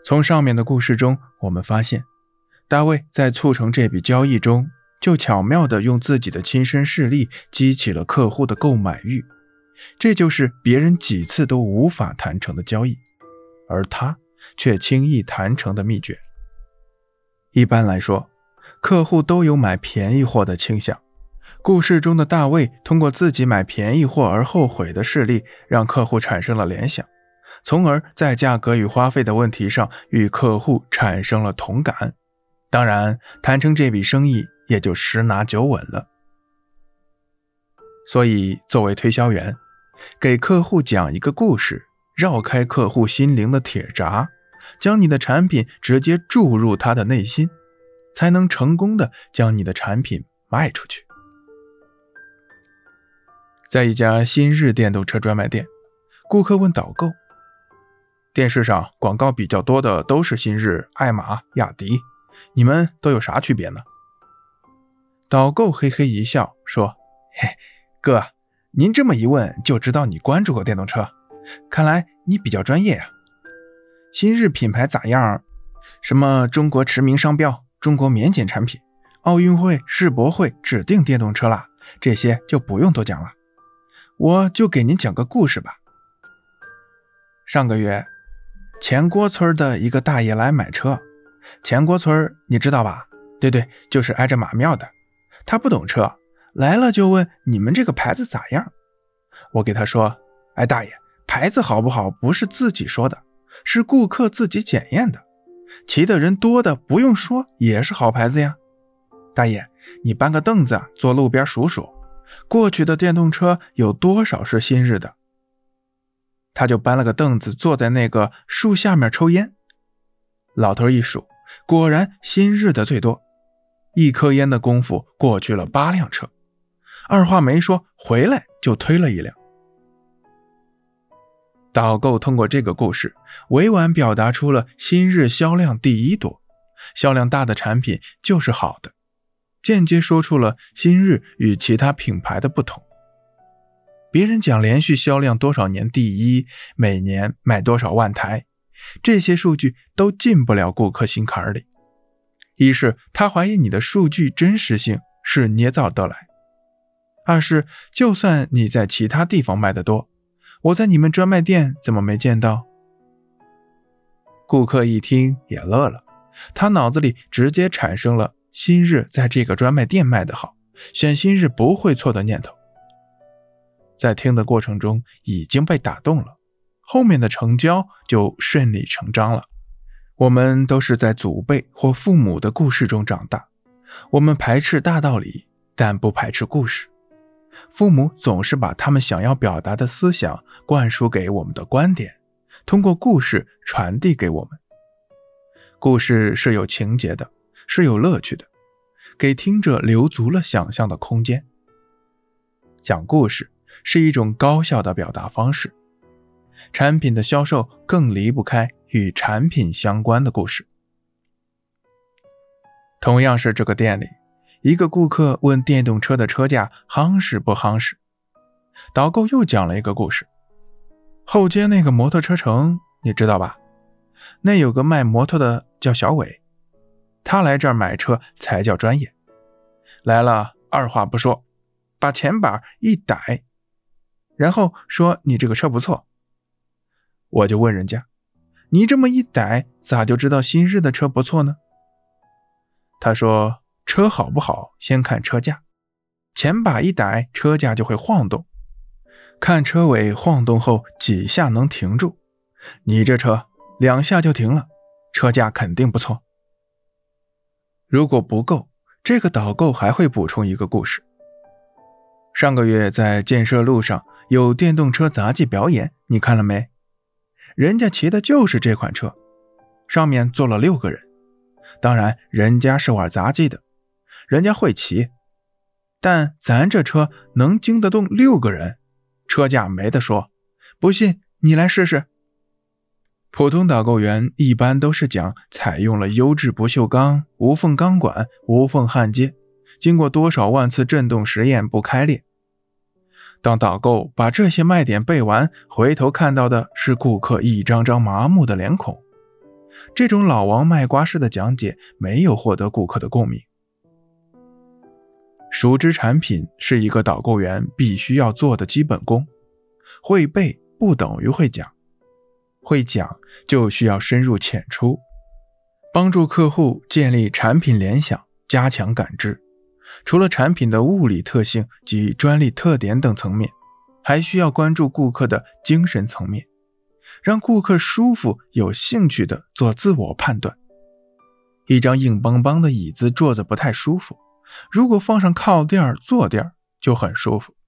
从上面的故事中，我们发现大卫在促成这笔交易中，就巧妙地用自己的亲身事例激起了客户的购买欲，这就是别人几次都无法谈成的交易，而他却轻易谈成的秘诀。一般来说，客户都有买便宜货的倾向。故事中的大卫通过自己买便宜货而后悔的事例，让客户产生了联想，从而在价格与花费的问题上与客户产生了同感。当然，谈成这笔生意也就十拿九稳了。所以，作为推销员，给客户讲一个故事，绕开客户心灵的铁闸，将你的产品直接注入他的内心，才能成功的将你的产品卖出去。在一家新日电动车专卖店，顾客问导购，电视上广告比较多的都是新日、爱玛、雅迪，你们都有啥区别呢？导购嘿嘿一笑说，嘿，哥，您这么一问就知道你关注过电动车，看来你比较专业啊。新日品牌咋样？什么中国驰名商标、中国免检产品、奥运会、世博会指定电动车啦，这些就不用多讲了。我就给您讲个故事吧。上个月，前郭村的一个大爷来买车。前郭村你知道吧？对对，就是挨着马庙的。他不懂车，来了就问你们这个牌子咋样。我给他说，哎大爷，牌子好不好不是自己说的，是顾客自己检验的，骑的人多的不用说也是好牌子呀。大爷，你搬个凳子坐路边数数，过去的电动车有多少是新日的？他就搬了个凳子坐在那个树下面抽烟。老头一数，果然新日的最多，一颗烟的功夫过去了8辆车，二话没说回来就推了一辆。导购通过这个故事委婉表达出了新日销量第一多，销量大的产品就是好的，间接说出了新日与其他品牌的不同。别人讲连续销量多少年第一，每年卖多少万台，这些数据都进不了顾客心坎里。一是他怀疑你的数据真实性是捏造得来，二是就算你在其他地方卖得多，我在你们专卖店怎么没见到？顾客一听也乐了，他脑子里直接产生了新日在这个专卖店卖得好，选新日不会错的念头。在听的过程中已经被打动了，后面的成交就顺理成章了。我们都是在祖辈或父母的故事中长大，我们排斥大道理，但不排斥故事。父母总是把他们想要表达的思想灌输给我们的观点，通过故事传递给我们。故事是有情节的，是有乐趣的，给听者留足了想象的空间。讲故事是一种高效的表达方式，产品的销售更离不开与产品相关的故事。同样是这个店里，一个顾客问电动车的车价夯实不夯实，导购又讲了一个故事。后街那个摩托车城你知道吧？那有个卖摩托的叫小伟，他来这儿买车才叫专业。来了二话不说，把前板一逮，然后说你这个车不错。我就问人家，你这么一逮，咋就知道新日的车不错呢？他说，车好不好先看车架，前把一逮，车架就会晃动，看车尾晃动后几下能停住，你这车2下就停了，车架肯定不错。如果不够，这个导购还会补充一个故事。上个月在建设路上有电动车杂技表演，你看了没？人家骑的就是这款车，上面坐了6个人，当然人家是玩杂技的，人家会骑，但咱这车能经得动6个人，车架没得说，不信你来试试。普通导购员一般都是讲采用了优质不锈钢、无缝钢管、无缝焊接，经过多少万次振动实验不开裂。当导购把这些卖点背完，回头看到的是顾客一张张麻木的脸孔。 这种老王卖瓜式的讲解没有获得顾客的共鸣。熟知产品是一个导购员必须要做的基本功，会背不等于会讲，会讲就需要深入浅出，帮助客户建立产品联想，加强感知。除了产品的物理特性及专利特点等层面，还需要关注顾客的精神层面，让顾客舒服有兴趣地做自我判断。一张硬邦邦的椅子坐着不太舒服，如果放上靠垫坐垫就很舒服。